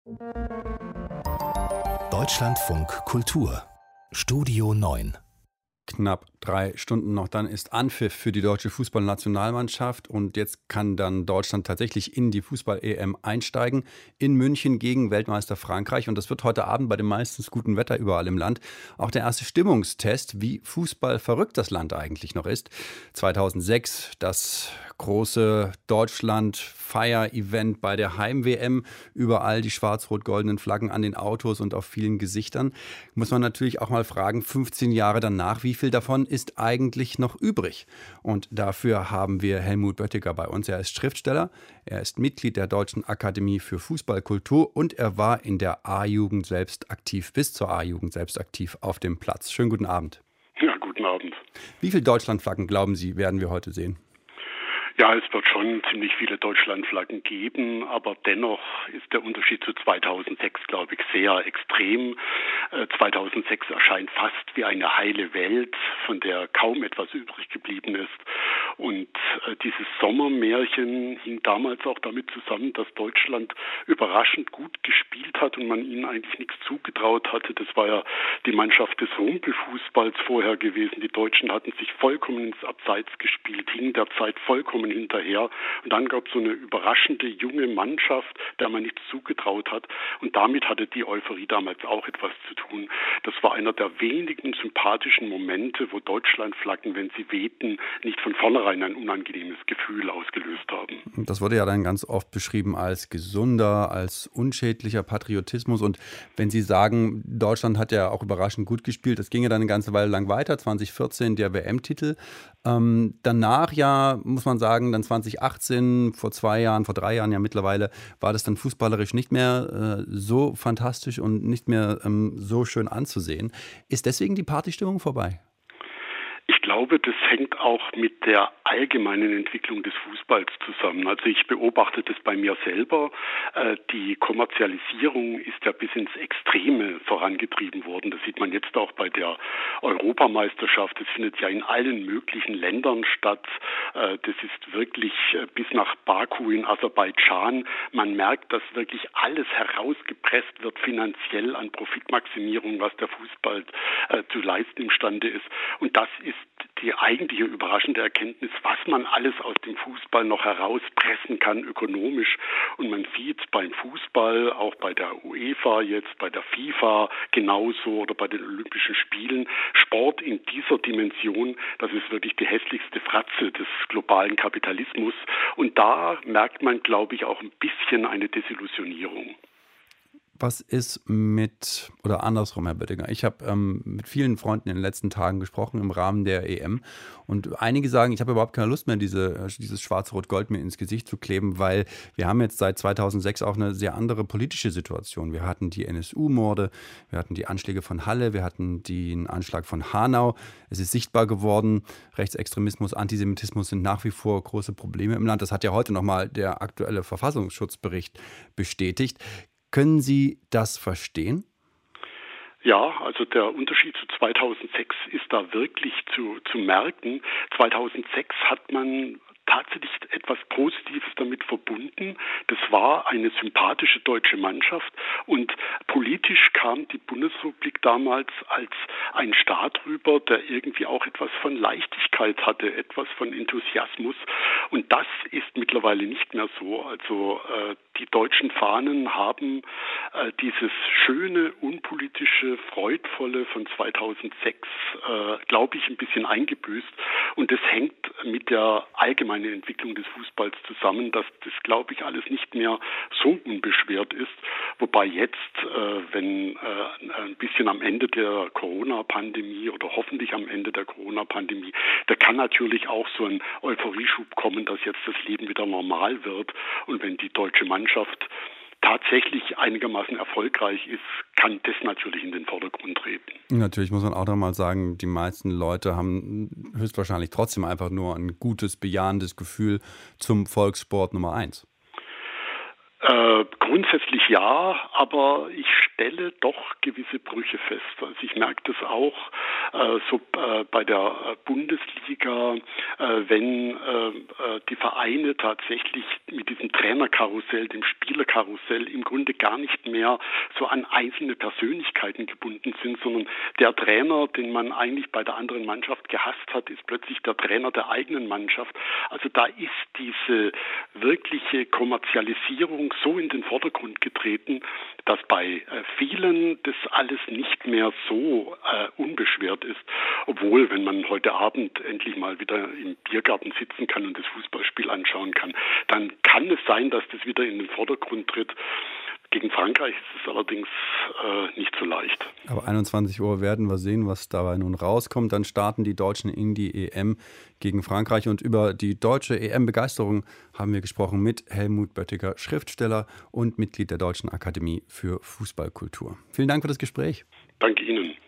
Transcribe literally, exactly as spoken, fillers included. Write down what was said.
Deutschlandfunk Kultur Studio neun. Knapp drei Stunden noch, dann ist Anpfiff für die deutsche Fußballnationalmannschaft und jetzt kann dann Deutschland tatsächlich in die Fußball-E M einsteigen. In München gegen Weltmeister Frankreich und das wird heute Abend bei dem meistens guten Wetter überall im Land auch der erste Stimmungstest, wie fußballverrückt das Land eigentlich noch ist. zweitausendsechs, das große Deutschland-Feier-Event bei der Heim-W M. Überall die schwarz-rot-goldenen Flaggen an den Autos und auf vielen Gesichtern. Muss man natürlich auch mal fragen, fünfzehn Jahre danach, wie viel davon ist eigentlich noch übrig? Und dafür haben wir Helmut Böttiger bei uns. Er ist Schriftsteller, er ist Mitglied der Deutschen Akademie für Fußballkultur und er war in der A-Jugend selbst aktiv, bis zur A-Jugend selbst aktiv auf dem Platz. Schönen guten Abend. Ja, guten Abend. Wie viele Deutschlandflaggen, glauben Sie, werden wir heute sehen? Ja, es wird schon ziemlich viele Deutschlandflaggen geben, aber dennoch ist der Unterschied zu zweitausendsechs, glaube ich, sehr extrem. Äh, zweitausendsechs erscheint fast wie eine heile Welt, von der kaum etwas übrig geblieben ist. Und äh, dieses Sommermärchen hing damals auch damit zusammen, dass Deutschland überraschend gut gespielt hat und man ihnen eigentlich nichts zugetraut hatte. Das war ja die Mannschaft des Rumpelfußballs vorher gewesen. Die Deutschen hatten sich vollkommen ins Abseits gespielt, hingen der Zeit vollkommen hinterher. Und dann gab es so eine überraschende junge Mannschaft, der man nichts zugetraut hat. Und damit hatte die Euphorie damals auch etwas zu tun. Das war einer der wenigen sympathischen Momente, wo Deutschlandflaggen, wenn sie wehten, nicht von vornherein ein unangenehmes Gefühl ausgelöst haben. Das wurde ja dann ganz oft beschrieben als gesunder, als unschädlicher Patriotismus. Und wenn Sie sagen, Deutschland hat ja auch überraschend gut gespielt, das ging ja dann eine ganze Weile lang weiter, zwanzig vierzehn der W M-Titel. Ähm, danach ja, muss man sagen, dann zwanzig achtzehn, vor zwei Jahren, vor drei Jahren ja mittlerweile, war das dann fußballerisch nicht mehr äh, so fantastisch und nicht mehr ähm, so schön anzusehen. Ist deswegen die Partystimmung vorbei? Ich glaube, das hängt auch mit der allgemeinen Entwicklung des Fußballs zusammen. Also ich beobachte das bei mir selber. Äh, die Kommerzialisierung ist ja bis ins Extreme vorangetrieben worden. Das sieht man jetzt auch bei der Europameisterschaft. Das findet ja in allen möglichen Ländern statt. Äh, das ist wirklich äh, bis nach Baku in Aserbaidschan. Man merkt, dass wirklich alles herausgepresst wird finanziell an Profitmaximierung, was der Fußball äh, zu leisten imstande ist. Und das ist die eigentliche überraschende Erkenntnis, was man alles aus dem Fußball noch herauspressen kann ökonomisch. Und man sieht beim Fußball, auch bei der UEFA jetzt, bei der FIFA genauso oder bei den Olympischen Spielen, Sport in dieser Dimension, das ist wirklich die hässlichste Fratze des globalen Kapitalismus. Und da merkt man, glaube ich, auch ein bisschen eine Desillusionierung. Was ist mit, oder andersrum, Herr Böttiger, ich habe ähm, mit vielen Freunden in den letzten Tagen gesprochen im Rahmen der E M und einige sagen, ich habe überhaupt keine Lust mehr, diese, dieses Schwarz-Rot-Gold mir ins Gesicht zu kleben, weil wir haben jetzt seit zweitausendsechs auch eine sehr andere politische Situation. Wir hatten die N S U-Morde, wir hatten die Anschläge von Halle, wir hatten den Anschlag von Hanau. Es ist sichtbar geworden, Rechtsextremismus, Antisemitismus sind nach wie vor große Probleme im Land. Das hat ja heute nochmal der aktuelle Verfassungsschutzbericht bestätigt. Können Sie das verstehen? Ja, also der Unterschied zu zweitausendsechs ist da wirklich zu, zu merken. zweitausendsechs hat man tatsächlich etwas Positives damit verbunden. Das war eine sympathische deutsche Mannschaft und politisch kam die Bundesrepublik damals als ein Staat rüber, der irgendwie auch etwas von Leichtigkeit hatte, etwas von Enthusiasmus und das ist mittlerweile nicht mehr so. Also äh, die deutschen Fahnen haben äh, dieses schöne, unpolitische, freudvolle von zweitausendsechs, äh, glaube ich, ein bisschen eingebüßt und das hängt mit der allgemeinen Entwicklung des Fußballs zusammen, dass das, glaube ich, alles nicht mehr so unbeschwert ist. Wobei jetzt, äh, wenn äh, ein bisschen am Ende der Corona-Pandemie oder hoffentlich am Ende der Corona-Pandemie, da kann natürlich auch so ein Euphorieschub kommen, dass jetzt das Leben wieder normal wird. Und wenn die deutsche Mannschaft tatsächlich einigermaßen erfolgreich ist, kann das natürlich in den Vordergrund treten. Natürlich muss man auch noch mal sagen, die meisten Leute haben höchstwahrscheinlich trotzdem einfach nur ein gutes, bejahendes Gefühl zum Volkssport Nummer eins. Äh, grundsätzlich ja, aber ich stelle doch gewisse Brüche fest. Also ich merke das auch äh, so äh, bei der Bundesliga, äh, wenn äh, die Vereine tatsächlich mit diesem Trainerkarussell, dem Spielerkarussell im Grunde gar nicht mehr so an einzelne Persönlichkeiten gebunden sind, sondern der Trainer, den man eigentlich bei der anderen Mannschaft gehasst hat, ist plötzlich der Trainer der eigenen Mannschaft. Also da ist diese wirkliche Kommerzialisierung so in den Vordergrund getreten, dass bei äh, vielen das alles nicht mehr so äh, unbeschwert ist. Obwohl, wenn man heute Abend endlich mal wieder im Biergarten sitzen kann und das Fußballspiel anschauen kann, dann kann es sein, dass das wieder in den Vordergrund tritt. Gegen Frankreich ist es allerdings äh, nicht so leicht. Aber einundzwanzig Uhr werden wir sehen, was dabei nun rauskommt. Dann starten die Deutschen in die E M gegen Frankreich. Und über die deutsche E M-Begeisterung haben wir gesprochen mit Helmut Böttiger, Schriftsteller und Mitglied der Deutschen Akademie für Fußballkultur. Vielen Dank für das Gespräch. Danke Ihnen.